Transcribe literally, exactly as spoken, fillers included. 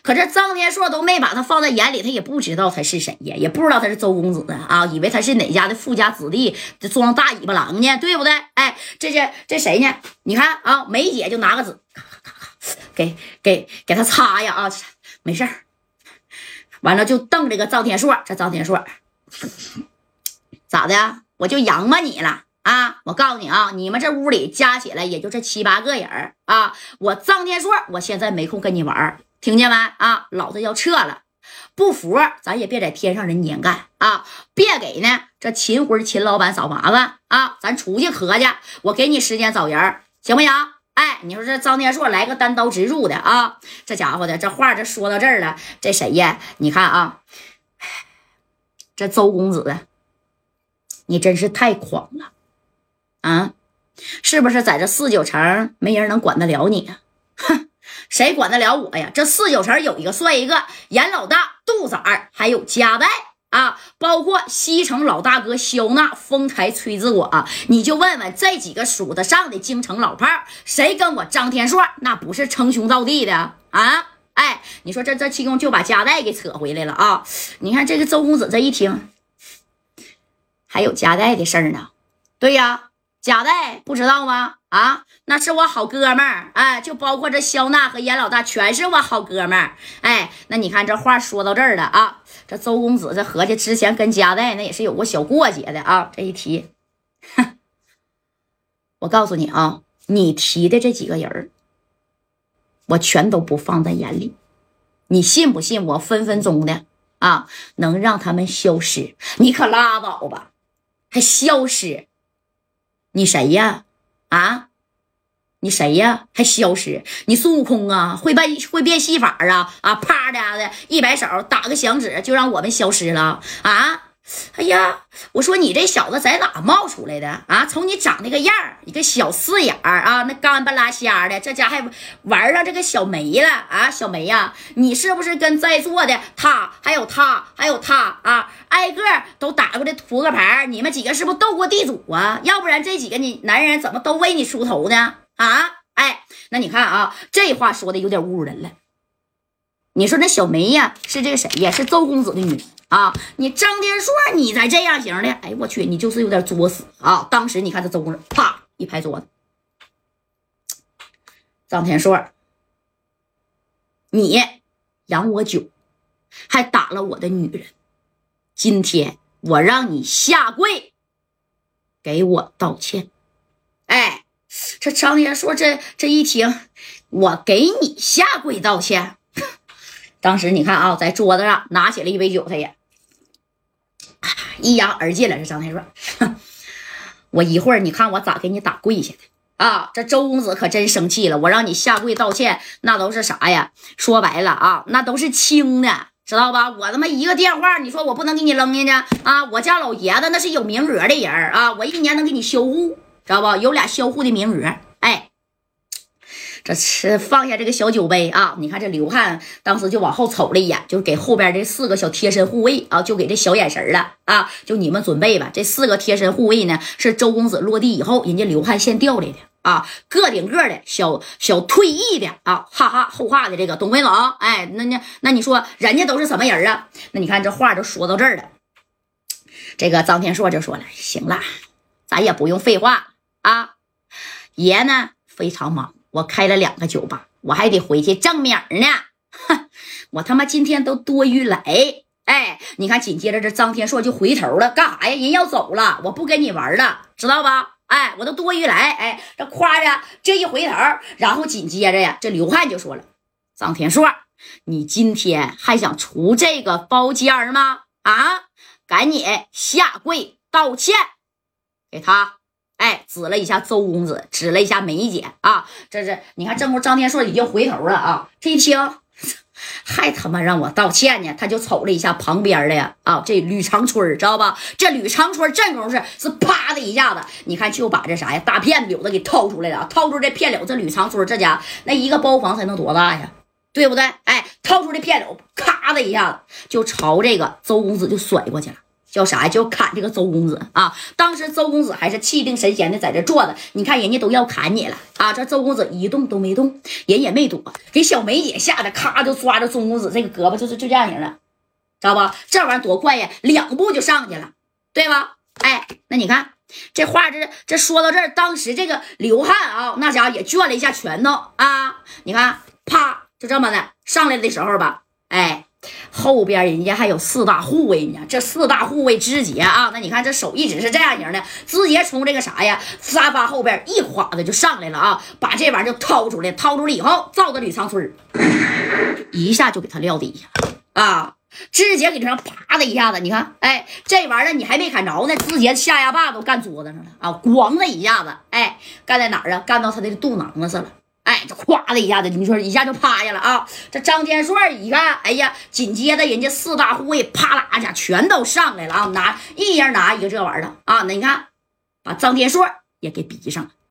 可这张天硕都没把他放在眼里，他也不知道他是谁呀，也不知道他是周公子啊，以为他是哪家的富家子弟，这装大尾巴狼呢，对不对？哎，这这这谁呢？你看啊，梅姐就拿个纸，咔咔咔咔，给给给他擦呀啊，没事儿。完了就瞪这个张天硕，这张天硕咋的？我就养吧你了啊！我告诉你啊，你们这屋里加起来也就这七八个人啊！我张天硕，我现在没空跟你玩，听见没啊？老子要撤了，不服咱也别在天上人间干啊！别给呢这秦辉秦老板找麻烦啊！咱出去合去，我给你时间找人，行不行？哎，你说这张天硕来个单刀直入的啊，这家伙的这话这说到这儿了，这谁呀？你看啊，这周公子，你真是太狂了啊！是不是在这四九城没人能管得了你啊？哼，谁管得了我呀？这四九城有一个算一个，严老大、杜仔儿还有加代啊，包括西城老大哥肖纳、丰台崔自我啊，你就问问这几个数得上的京城老炮，谁跟我张天硕那不是称兄道弟的啊？哎，你说这这七公就把加代给扯回来了啊！你看这个周公子这一听，还有加代的事儿呢。对呀，加代不知道吗？啊，那是我好哥们儿，哎，就包括这肖纳和严老大全是我好哥们儿。哎，那你看这话说到这儿了啊，这周公子这合计之前跟加代那也是有过小过节的啊，这一提，哼，我告诉你啊，你提的这几个人我全都不放在眼里，你信不信我分分钟的啊能让他们消失？你可拉倒吧，还消失？你谁呀？啊，你谁呀？还消失？你孙悟空啊？会变会变戏法啊？啊，啪的的一摆手，打个响指就让我们消失了啊！哎呀，我说你这小子在哪冒出来的啊？从你长那个样儿，一个小四眼儿啊，那干巴拉瞎的，这家还玩上这个小梅了啊！小梅呀、啊，你是不是跟在座的他，还有他，还有他啊，挨个都打过这扑克牌？你们几个是不是斗过地主啊？要不然这几个你男人怎么都为你出头呢？啊，哎，那你看啊，这话说的有点侮辱人了。你说那小梅呀，是这个谁呀？是周公子的女人。啊！你张天硕，你才这样型的，哎，我去，你就是有点作死啊！当时你看这周公子，啪一拍桌子，张天硕，你养我酒，还打了我的女人，今天我让你下跪，给我道歉。哎，这张天硕这这一听，我给你下跪道歉。当时你看啊，在桌子上拿起了一杯酒，他也。一扬而尽了，这张天硕，我一会儿你看我咋给你打跪下的啊！这周公子可真生气了，我让你下跪道歉，那都是啥呀？说白了啊，那都是轻的，知道吧？我他妈一个电话，你说我不能给你扔下去啊！我家老爷子那是有名额的人啊，我一年能给你销户，知道吧？有俩销户的名额，哎。这吃放下这个小酒杯啊，你看这刘汉当时就往后瞅了一眼，就给后边这四个小贴身护卫啊，就给这小眼神了啊，就你们准备吧。这四个贴身护卫呢，是周公子落地以后，人家刘汉先调来的啊，个顶个的小小退役的啊，哈哈后话的这个懂没懂？哎，那那那你说人家都是什么人啊？那你看这话就说到这儿了，这个张天硕就说了，行了，咱也不用废话啊，爷呢非常忙。我开了两个酒吧，我还得回去挣米儿呢。哼，我他妈今天都多余来。哎，你看，紧接着这张天硕就回头了，干啥呀？人要走了，我不跟你玩了，知道吧？哎，我都多余来。哎，这夸着这一回头，然后紧接着呀，这刘汉就说了：“张天硕，你今天还想出这个包间吗？啊，赶紧下跪道歉，给他。”哎，指了一下周公子，指了一下梅姐啊，这是你看，正好张天硕已经回头了啊，这一听还他妈让我道歉呢，他就瞅了一下旁边的呀啊，这吕长春知道吧？这吕长春正功是是啪的一下子，你看就把这啥呀大片柳子给掏出来了，掏出这片柳，这吕长春这家那一个包房才能多大呀？对不对？哎，掏出这片柳，咔的一下子就朝这个周公子就甩过去了。 叫啥呀？就砍这个周公子啊！当时周公子还是气定神闲的在这坐着，你看人家都要砍你了啊！这周公子一动都没动，人也没躲，给小梅姐吓得咔就抓着周公子这个胳膊，就是就这样型的，知道吧？这玩意儿多快呀，两步就上去了，对吧？哎，那你看这话这这说到这儿，当时这个刘汉啊，那家伙也攥了一下拳头啊，你看啪就这么的上来的时候吧，哎。后边人家还有四大护卫呢，这四大护卫直接啊，那你看这手一指是这样型的，直接从这个啥呀沙发后边一垮的就上来了啊，把这玩意儿就掏出来，掏出来以后照着吕长春一下就给他撂地下啊，直接给这上啪的一下子，你看，哎，这玩意儿你还没砍着呢，直接下牙把都干桌子上了啊，咣的一下子，哎，干在哪儿啊？干到他的肚囊子上了。哎，这咵的一下子，你说一下就趴下了啊！这张天顺一看，哎呀，紧接着人家四大护卫啪啦一下全都上来了啊，拿一人拿一个这玩意儿的啊，那你看把张天顺也给逼上了。